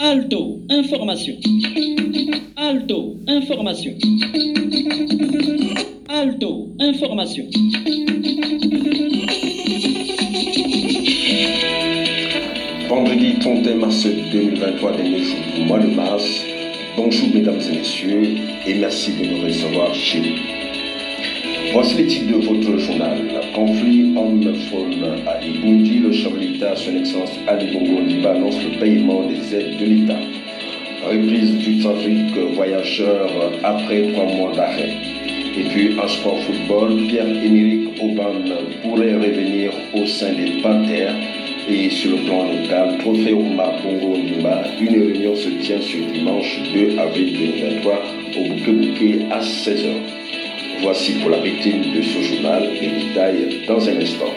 Alto, information. Alto, information. Alto, information. Vendredi 31 mars 2023, dernier jour du mois de mars. Bonjour mesdames et messieurs et merci de nous recevoir chez nous. Voici les titres de votre journal. Conflit homme-femme à Eboundi, le chef de l'État, son excellence Ali Bongo Ondimba annonce le paiement des aides de l'État. Reprise du trafic voyageurs après 3 mois d'arrêt. Et puis en sport football, Pierre-Emerick Aubameyang pourrait revenir au sein des Panthères. Et sur le plan local, Trophée Omar Bongo Ondimba, une réunion se tient ce dimanche 2 avril 2023 au Bouquet à 16h. Voici pour la victime de ce journal les détails dans un instant.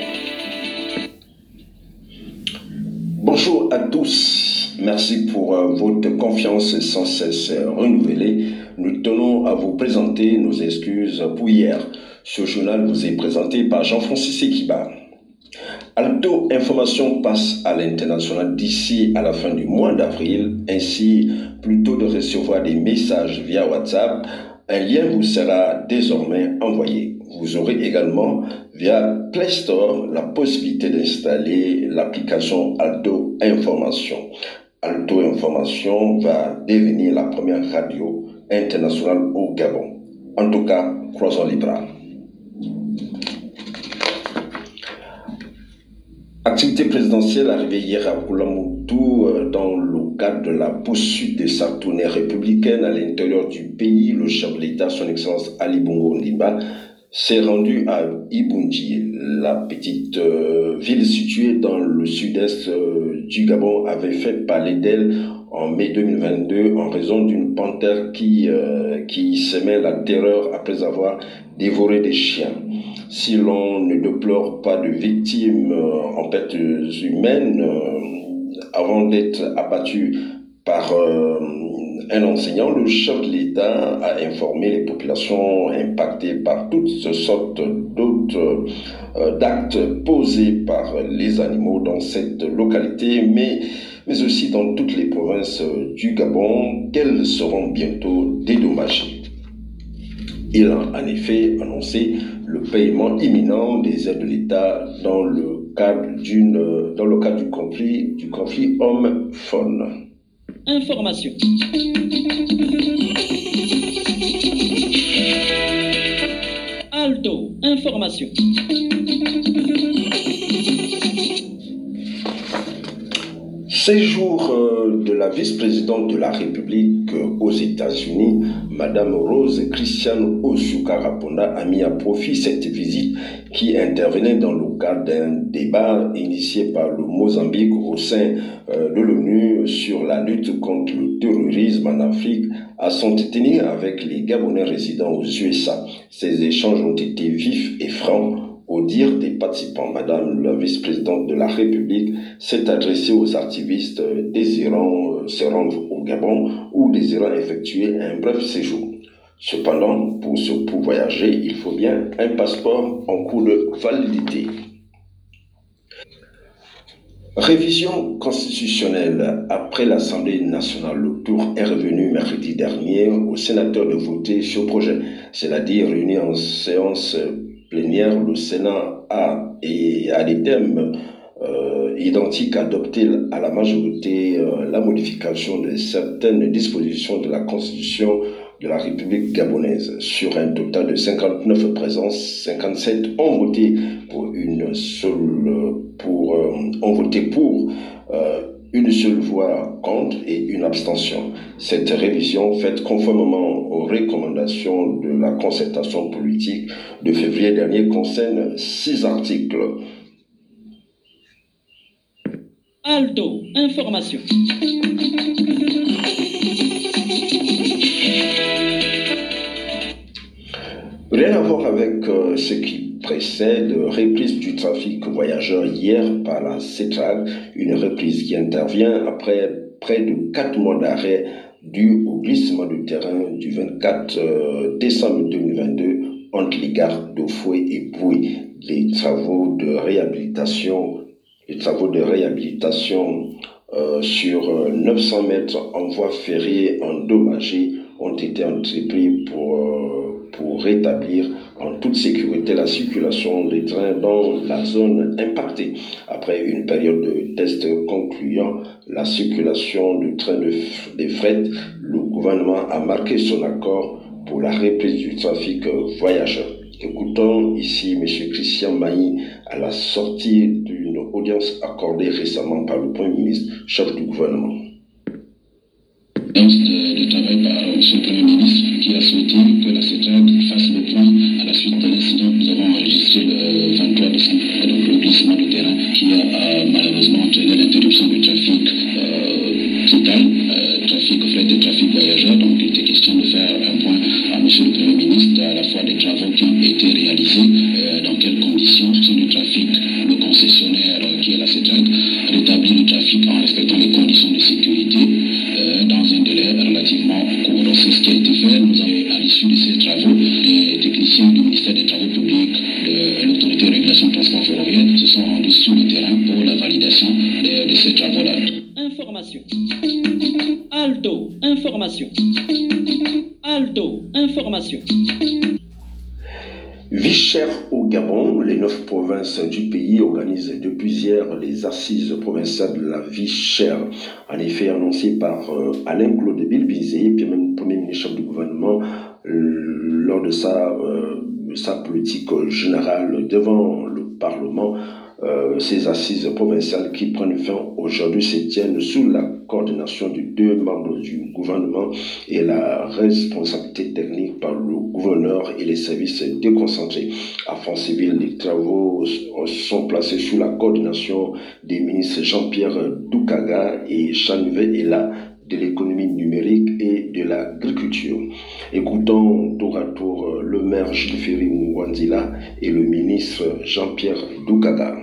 Bonjour à tous, merci pour votre confiance sans cesse renouvelée. Nous tenons à vous présenter nos excuses pour hier. Ce journal vous est présenté par Jean-Francis Ekiba. Alto Information passe à l'international d'ici à la fin du mois d'avril, ainsi plutôt de recevoir des messages via WhatsApp. Un lien vous sera désormais envoyé. Vous aurez également via Play Store la possibilité d'installer l'application Alto Information. Alto Information va devenir la première radio internationale au Gabon. En tout cas, croisons les bras. Activité présidentielle arrivée hier à Boulamoutou dans le cadre de la poursuite de sa tournée républicaine à l'intérieur du pays. Le chef de l'État, son excellence Ali Bongo Ondimba, s'est rendu à Eboundi, la petite ville située dans le sud-est du Gabon, avait fait parler d'elle en mai 2022 en raison d'une panthère qui semait la terreur après avoir dévoré des chiens. Si l'on ne déplore pas de victimes en pertes humaines avant d'être abattu par un enseignant, le chef de l'État a informé les populations impactées par toutes sortes d'autres d'actes posés par les animaux dans cette localité, mais aussi dans toutes les provinces du Gabon, qu'elles seront bientôt dédommagées. Il a en effet annoncé le paiement imminent des aides de l'État dans le cadre du conflit homme-faune. Information. Alto, information. Séjour de la vice-présidente de la République aux États-Unis, Madame Rose Christiane Osuka-Raponda, a mis à profit cette visite qui intervenait dans le cadre d'un débat initié par le Mozambique au sein de l'ONU sur la lutte contre le terrorisme en Afrique à s'entretenir avec les Gabonais résidant aux USA. Ces échanges ont été vifs et francs. Au dire des participants, Madame la vice-présidente de la République s'est adressée aux activistes désirant se rendre au Gabon ou désirant effectuer un bref séjour. Cependant, pour voyager, il faut bien un passeport en cours de validité. Révision constitutionnelle. Après l'Assemblée nationale, le tour est revenu mercredi dernier aux sénateurs de voter ce projet, c'est-à-dire réunis en séance plénière, le Sénat a des thèmes identiques adopté à la majorité la modification de certaines dispositions de la Constitution de la République gabonaise. Sur un total de 59 présents, 57 ont voté pour une seule voix contre et une abstention. Cette révision, faite conformément aux recommandations de la concertation politique de février dernier, concerne 6 articles. Alto, information. Rien à voir avec ce qui précède, reprise du trafic voyageurs hier par la CETRAG, une reprise qui intervient après près de 4 mois d'arrêt dû au glissement de terrain du 24 décembre 2022 entre les gares d'Ofoué et Boué. Les travaux de réhabilitation sur 900 mètres en voie ferrée endommagée ont été entrepris pour rétablir en toute sécurité la circulation des trains dans la zone impactée. Après une période de tests concluant la circulation du train de fret, le gouvernement a marqué son accord pour la reprise du trafic voyageur. Écoutons ici M. Christian Maï à la sortie d'une audience accordée récemment par le Premier ministre, chef du gouvernement. De travail par M. le Premier ministre qui a souhaité que la CETRAG fasse le point à la suite de l'incident que nous avons enregistré le 23 décembre, donc le glissement de terrain qui a malheureusement entraîné l'interruption du trafic total, trafic fret et trafic voyageurs. Donc il était question de faire un point à M. le Premier ministre à la fois des travaux qui ont été réalisés, dans quelles conditions du trafic, le concessionnaire qui est la CETRAG rétablit le trafic en respectant les conditions de sécurité dans un délai relativement court. Donc c'est ce qui a été fait. Nous avons, à l'issue de ces travaux, les techniciens du ministère des Travaux publics, de l'autorité de régulation de transport ferroviaire se sont rendus sur le terrain pour la validation de ces travaux-là. Information. Alto, information. Alto, information. Vie chère au Gabon, les 9 provinces du pays organisent depuis hier les assises provinciales de la vie chère. En effet, annoncé par Alain-Claude Bilbizé, puis même Premier ministre du gouvernement, lors de sa politique générale devant le Parlement. Ces assises provinciales qui prennent fin aujourd'hui se tiennent sous la coordination de 2 membres du gouvernement et la responsabilité technique par le gouverneur et les services déconcentrés. À Franceville, les travaux sont placés sous la coordination des ministres Jean-Pierre Doukaga et Chanouvet Ela de l'économie numérique et de l'agriculture. Écoutons tour à tour le maire Gilles Ferry Mouandila et le ministre Jean-Pierre Doukaga.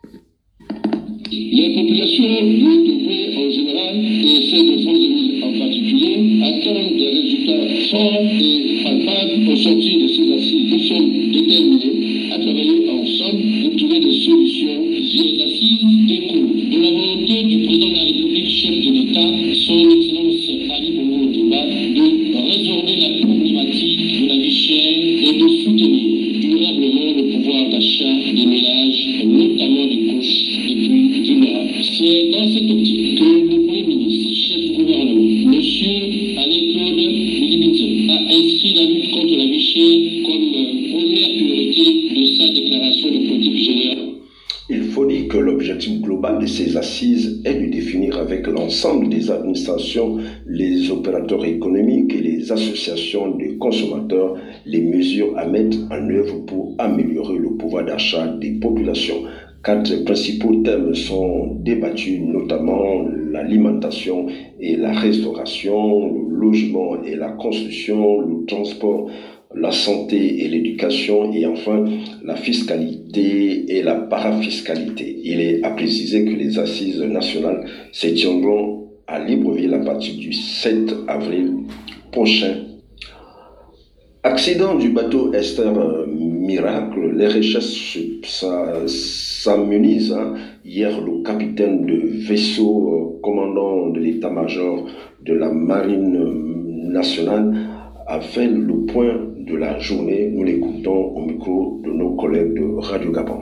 Les populations devraient en général, et celles de Franceville en particulier, attendent des résultats forts et palpables au sortir de ces assises. Nous sommes déterminés à travailler ensemble pour trouver des solutions. Les assises découlent de la volonté du président de la République, chef de l'État, son Excellence Ali Bongo Ondimba, de résorber la problématique de la vie chère et de soutenir durablement le pouvoir d'achat des ménages, notamment des couches les plus vulnérables. C'est dans cette optique que le Premier ministre, chef du gouvernement, M. Alain-Claude Bilibinze, a inscrit la lutte contre la vie chère comme première priorité de sa déclaration de politique générale. Il faut dire que l'objectif global de ces assises est de définir avec l'ensemble des administrations, les opérateurs économiques et les associations de consommateurs les mesures à mettre en œuvre pour améliorer le pouvoir d'achat des populations. 4 principaux thèmes sont débattus, notamment l'alimentation et la restauration, le logement et la construction, le transport, la santé et l'éducation, et enfin la fiscalité et la parafiscalité. Il est à préciser que les assises nationales se tiendront à Libreville à partir du 7 avril prochain. Accident du bateau Esther Miracle, les recherches s'amenuisent. Hier, le capitaine de vaisseau, commandant de l'état-major de la marine nationale, a fait le point de la journée. Nous l'écoutons au micro de nos collègues de Radio Gabon.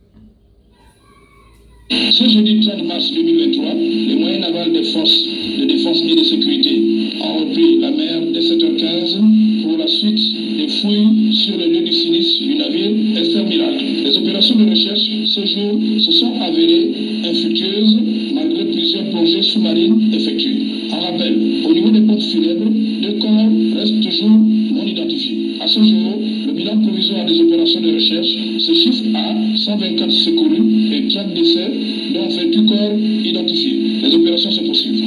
Ce jeudi 30 mars 2023, les moyens navals des forces de défense et de sécurité ont repris la mer dès 7h15 pour la suite des fouilles sur le lieu du sinistre du navire Esther Miracle. Les opérations de recherche ce jour se sont avérées infructueuses malgré plusieurs plongées sous-marines effectuées. En rappel, au niveau des pompes funèbres, 2 corps restent toujours non identifiés. À ce jour, le bilan provisoire des opérations de recherche se chiffre à 124 secourus et 30 décès, dont 28 corps identifiés. Les opérations se poursuivent.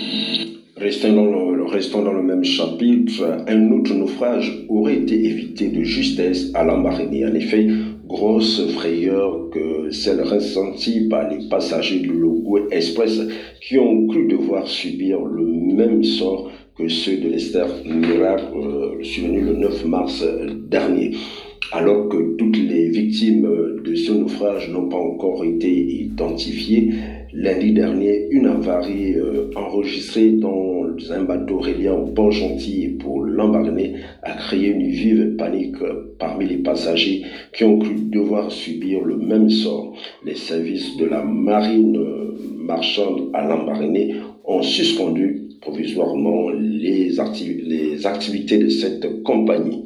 Restons dans le même chapitre. Un autre naufrage aurait été évité de justesse à la Marinière. En effet, grosse frayeur que celle ressentie par les passagers du Logo Express qui ont cru devoir subir le même sort que ceux de l'Esther Miracle survenu le 9 mars dernier. Alors que toutes les victimes de ce naufrage n'ont pas encore été identifiées, Lundi dernier, une avarie enregistrée dans un bateau reliant au Port-Gentil pour Lambaréné a créé une vive panique parmi les passagers qui ont cru devoir subir le même sort. Les services de la marine marchande à Lambaréné ont suspendu provisoirement les activités de cette compagnie.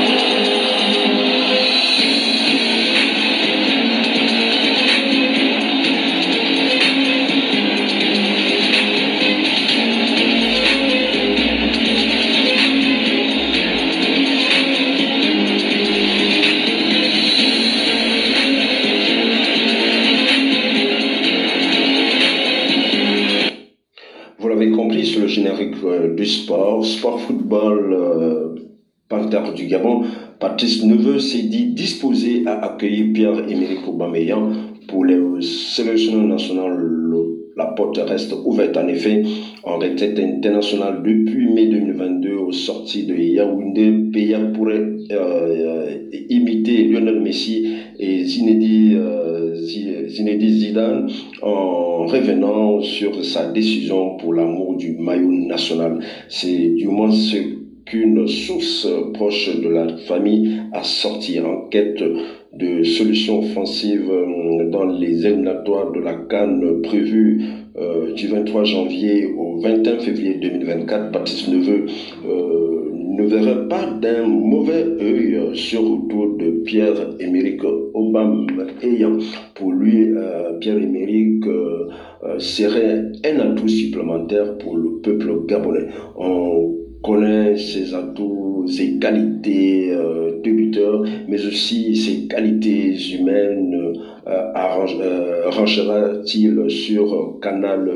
Vous l'avez compris sur le générique du sport football, Panther du Gabon, Patrice Neveu s'est dit disposé à accueillir Pierre-Emerick Aubameyang pour les sélections nationales. La porte reste ouverte en effet. En retraite internationale depuis mai 2022 aux sorties de Yaoundé, Peya pourrait imiter Lionel Messi et Zinedine Zidane en revenant sur sa décision pour l'amour du maillot national. C'est du moins ce qu'une source proche de la famille a sorti en quête de solutions offensives dans les éliminatoires de la CAN prévues du 23 janvier au 21 février 2024. Patrice Neveu ne verrait pas d'un mauvais œil sur le retour de Pierre-Emerick Aubameyang. Pour lui, Pierre-Emerick serait un atout supplémentaire pour le peuple gabonais. On connaît ses atouts, ses qualités de buteur, mais aussi ses qualités humaines. Arrangera-t-il sur Canal+.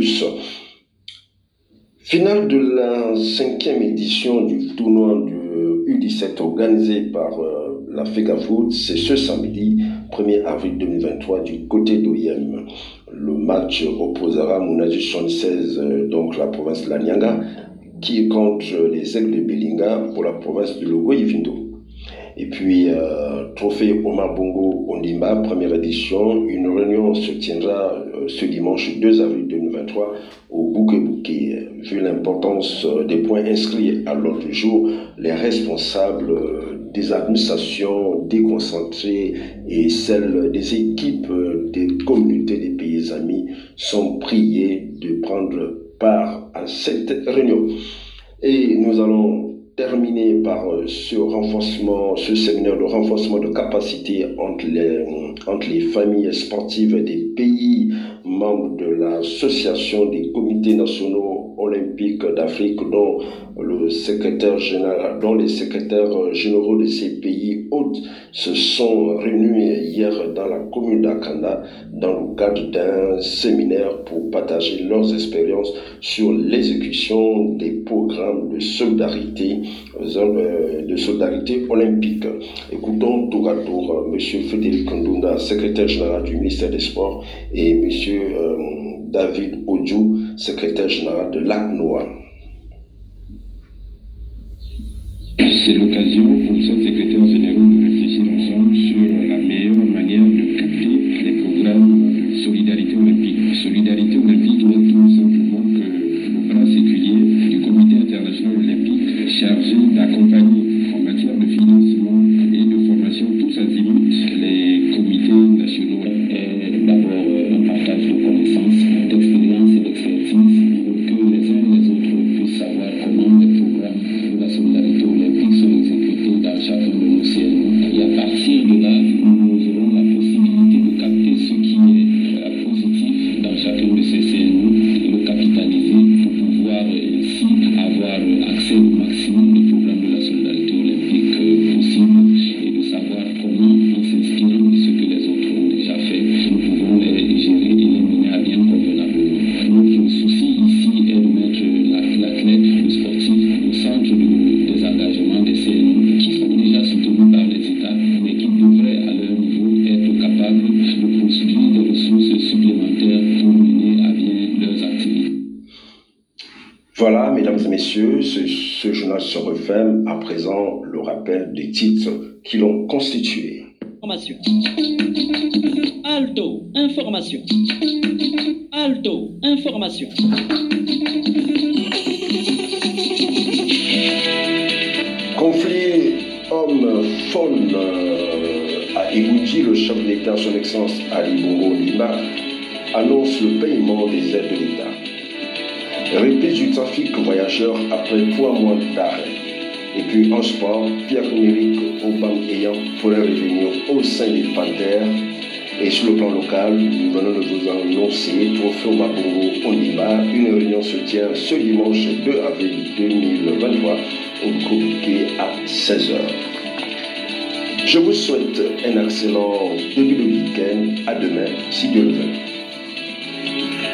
Finale de la 5e édition du tournoi du U17 organisé par la FEGAFOOT, c'est ce samedi 1er avril 2023 du côté d'OIM. Le match opposera Mounadji 76, donc la province de la Nyanga, qui est contre les Aigles de Belinga pour la province de Logo-Ivindo. Et puis, Trophée Omar Bongo Ondimba, première édition. Une réunion se tiendra ce dimanche 2 avril 2023 au Bouké-Bouké. Vu l'importance des points inscrits à l'ordre du jour, les responsables des administrations déconcentrées et celles des équipes des communautés des pays amis sont priés de prendre part à cette réunion. Et nous allons terminer par ce séminaire de renforcement de capacité entre les familles sportives des pays membres de l'association des comités nationaux olympiques d'Afrique, dont les secrétaires généraux de ces pays hôtes se sont réunis hier dans la commune d'Akanda dans le cadre d'un séminaire pour partager leurs expériences sur l'exécution des programmes de solidarité olympique. Écoutons tour à tour M. Frédéric Ndunda, secrétaire général du ministère des Sports, et M. David Odjou, secrétaire général de l'ACNOA. C'est l'occasion pour nos secrétaires généraux de réfléchir ensemble sur la meilleure manière de capter les programmes de solidarité olympique. Solidarité olympique est tout simplement que le bras séculier du Comité international olympique chargé d'accompagner en matière de financement et de formation tous azimuts les comités nationaux. D'abord un partage de connaissances, d'expérience et d'expertise pour que les uns et les autres puissent savoir comment les programmes de la solidarité olympique sont exécutés dans chacun de nos CNO. Et à partir de là, nous aurons la possibilité de capter ce qui est positif dans chacun de ces CNO et le capitaliser pour pouvoir ainsi avoir accès au maximum de programmes de la solidarité olympique possible et de savoir comment, en s'inspirant de ce que les autres ont déjà fait, nous pouvons les gérer et les mener à bien convenablement. Notre souci ici est de mettre l'athlète, le sportif, au centre des engagements des CNO qui sont déjà soutenus par les États, mais qui devraient à leur niveau être capables de produire des ressources supplémentaires pour mener à bien leurs activités. Voilà, mesdames et messieurs, ce journal se referme. À présent, le rappel des titres qui l'ont constitué. Alto, information. information. Conflit homme-faune à Ebouti, le chef de l'État, son Excellence Ali Bongo Ondimba, annonce le paiement des aides de l'État. Reprise du trafic voyageurs après 3 mois d'arrêt. Et puis en sport, Pierre-Emerick Aubameyang pourrait revenir au sein des Panthères. Et sur le plan local, nous venons de vous annoncer, Trophée Bongo Ondimba, une réunion se tient ce dimanche 2 avril 2023 au communiqué à 16h. Je vous souhaite un excellent début de week-end. À demain, si Dieu le veut.